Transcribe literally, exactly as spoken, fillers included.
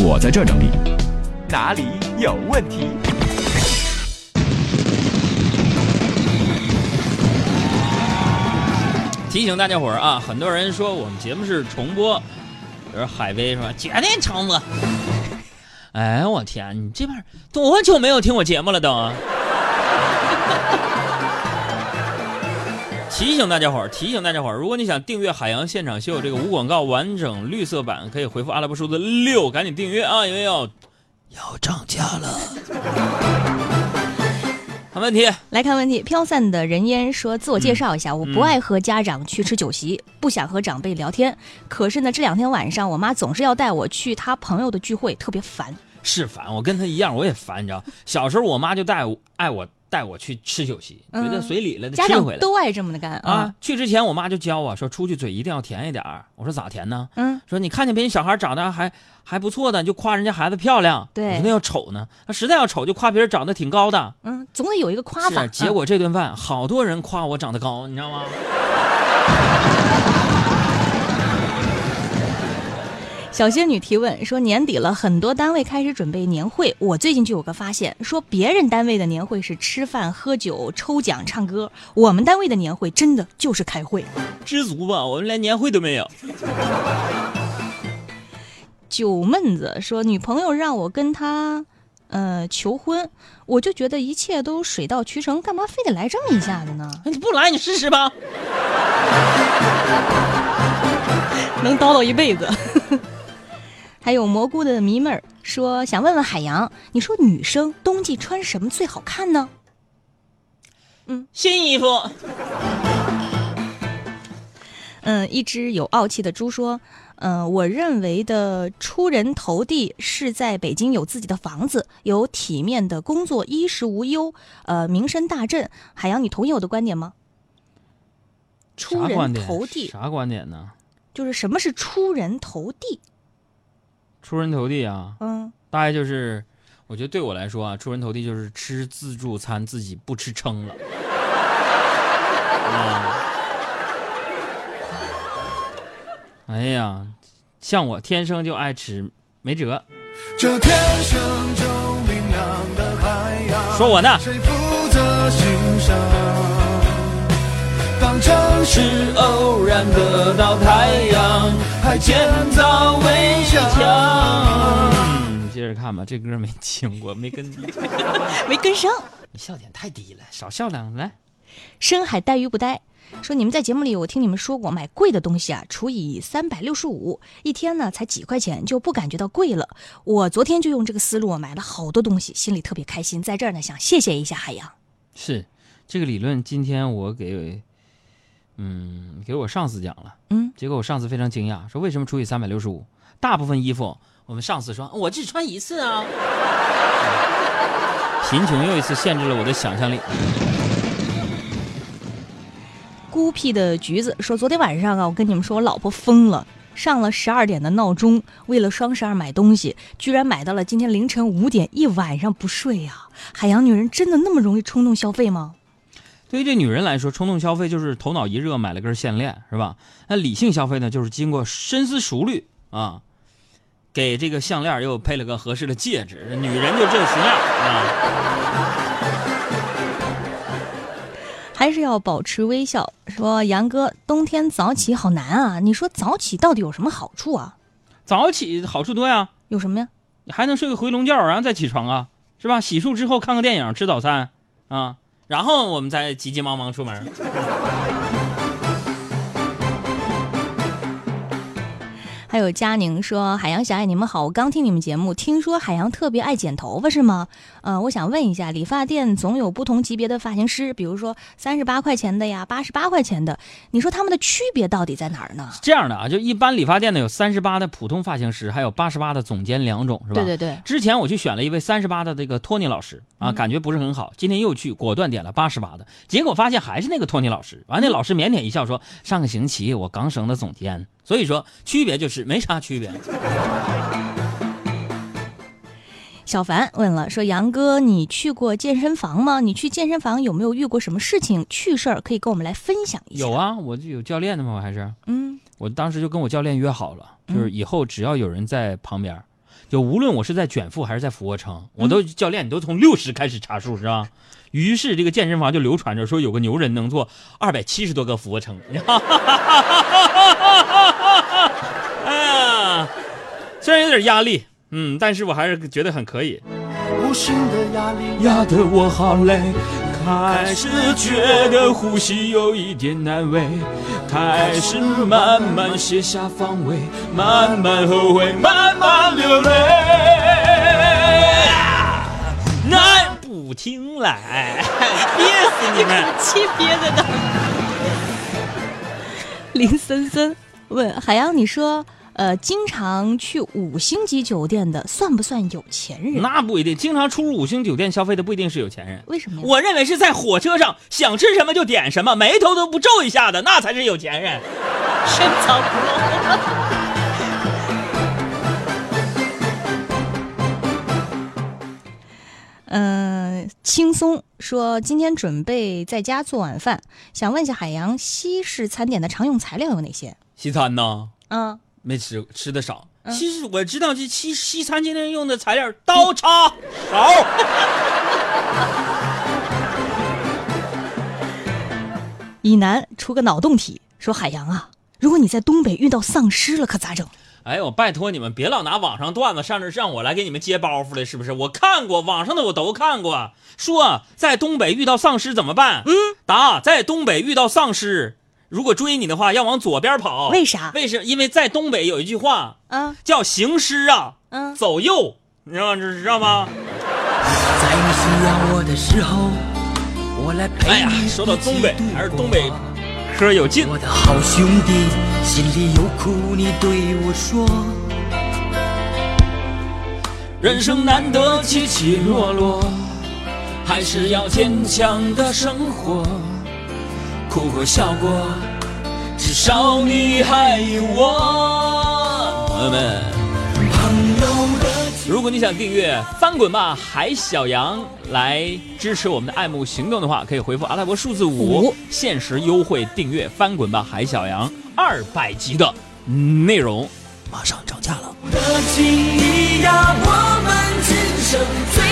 我在这儿整理。 哪里有问题？ 提醒大家伙儿啊，很多人说我们节目是重播，比如海威说绝对重播。哎，我天，你这边多久没有听我节目了都？提醒大家伙儿，提醒大家伙儿，如果你想订阅海洋现场秀这个无广告完整绿色版，可以回复阿拉伯数字六，赶紧订阅啊，因为要要涨价了。看问题， 来看问题。飘散的人烟说，自我介绍一下、嗯、我不爱和家长去吃酒席、嗯、不想和长辈聊天，可是呢这两天晚上我妈总是要带我去她朋友的聚会，特别烦。 是烦，我跟她一样，我也烦，你知道，小时候我妈就带我爱我带我去吃酒席，觉得随礼了， 家长都爱这么的干啊、 嗯！去之前我妈就教我说，出去嘴一定要甜一点。我说咋甜呢？ 嗯， 说你看见别人小孩长得还还不错的，就夸人家孩子漂亮。 对， 我说那要丑呢？那实在要丑就夸别人长得挺高的。 嗯，总得有一个夸法。 是，结果这顿饭、嗯、好多人夸我长得高，你知道吗？ 小仙女提问说，年底了，很多单位开始准备年会，我最近就有个发现，说别人单位的年会是吃饭喝酒抽奖唱歌，我们单位的年会真的就是开会。 知足吧，我们连年会都没有。 酒闷子说，女朋友让我跟她呃求婚，我就觉得一切都水到渠成，干嘛非得来这么一下子呢？ 你不来你试试吧。 能叨叨一辈子。还有蘑菇的迷妹儿说，想问问海洋，你说女生冬季穿什么最好看呢？ 嗯，新衣服。 嗯，一只有傲气的猪说，嗯，我认为的出人头地是在北京有自己的房子，有体面的工作，衣食无忧，呃，名声大振。海洋，你同意我的观点吗？出人头地， 啥观点呢？ 就是什么是出人头地？ 出人头地啊， 嗯， 大概就是，我觉得对我来说啊，出人头地就是吃自助餐自己不吃撑了。啊、哎呀，像我天生就爱吃，没辙。这天生就明亮的海洋，说我呢。谁负责欣赏？当城市偶然得到太阳，还建造围墙。嗯，接着看吧，这歌没听过，没跟没跟上。 你笑点太低了，少笑两个来。 深海带鱼不呆说，你们在节目里我听你们说过，买贵的东西啊除以三百六十五，一天呢才几块钱，就不感觉到贵了。我昨天就用这个思路，我买了好多东西，心里特别开心。在这儿呢想谢谢一下海洋。 是这个理论，今天我给嗯给我上司讲了， 嗯， 结果我上司非常惊讶，说为什么除以三百六十五？大部分衣服我们上司说我只穿一次啊。贫穷又一次限制了我的想象力。 孤僻的橘子说，昨天晚上啊，我跟你们说，我老婆疯了，上了十二点的闹钟，为了双十二买东西，居然买到了今天凌晨五点，一晚上不睡啊！海洋，女人真的那么容易冲动消费吗？ 对于这女人来说，冲动消费就是头脑一热买了根项链，是吧？那理性消费呢，就是经过深思熟虑啊，给这个项链又配了个合适的戒指。女人就这形样啊。 还是要保持微笑。说杨哥，冬天早起好难啊！你说早起到底有什么好处啊？ 早起好处多呀。 有什么呀？ 你还能睡个回笼觉，然后再起床啊，是吧？洗漱之后看个电影，吃早餐啊，然后我们再急急忙忙出门。 还有佳宁说，海洋小爱你们好，我刚听你们节目，听说海洋特别爱剪头发是吗？呃，我想问一下，理发店总有不同级别的发型师，比如说三十八块钱的呀，八十八块钱的，你说他们的区别到底在哪儿呢？ 这样的啊，就一般理发店呢有三十八的普通发型师，还有八十八的总监两种，是吧？ 对对对。 之前我去选了一位三十八的这个托尼老师啊， 嗯、 感觉不是很好，今天又去果断点了八十八的，结果发现还是那个托尼老师。完，那老师腼腆一笑说：“上个星期我刚升的总监。”所以说区别就是没啥区别。 小凡问了，说杨哥，你去过健身房吗？你去健身房有没有遇过什么事情趣事儿，可以跟我们来分享一下？ 有啊，我就有教练的嘛，我还是嗯， 我当时就跟我教练约好了，就是以后只要有人在旁边， 就无论我是在卷腹还是在俯卧撑，我都、嗯、教练你都从六十开始查数是吧？于是这个健身房就流传着说有个牛人能做二百七十多个俯卧撑。哎呀，虽然有点压力，嗯，但是我还是觉得很可以。 无形的压力压得我好累，开始觉得呼吸有一点难为，开始慢慢卸下防卫，慢慢后悔，慢慢流泪。 那不听来，憋死你们！ 气憋在那儿。林森森问海洋，你说呃，经常去五星级酒店的算不算有钱人？ 那不一定，经常出入五星酒店消费的不一定是有钱人。 为什么呀？ 我认为是在火车上想吃什么就点什么，眉头都不皱一下的，那才是有钱人。 深藏不露。嗯，轻松说今天准备在家做晚饭，想问一下海洋，西式餐点的常用材料有哪些？ 西餐呢？ 嗯。 没吃，吃的少。 嗯、 其实我知道这西西餐今天用的材料，刀叉勺。 以南出个脑洞题，说海洋啊，如果你在东北遇到丧尸了，可咋整？ 哎，我拜托你们别老拿网上段子上这让我来给你们接包袱了，是不是？我看过网上的，我都看过。说在东北遇到丧尸怎么办？ 嗯， 答：在东北遇到丧尸。如果追你的话，要往左边跑。 为啥？ 为什么？因为在东北有一句话， 嗯， 叫行尸啊， 嗯， 走右，你知道吗？知道吗？ 在你需要我的时候，我来陪你。 哎呀，说到东北，还是东北嗑有劲。 我的好兄弟，心里有苦你对我说。 人生难得起起落落，还是要坚强的生活。哭过笑过，至少你还有我。 朋友们，如果你想订阅翻滚吧海小羊来支持我们的爱慕行动的话，可以回复阿拉伯数字五，限时优惠订阅翻滚吧海小羊二百集的内容，马上涨价了。 的情谊呀，我们今生最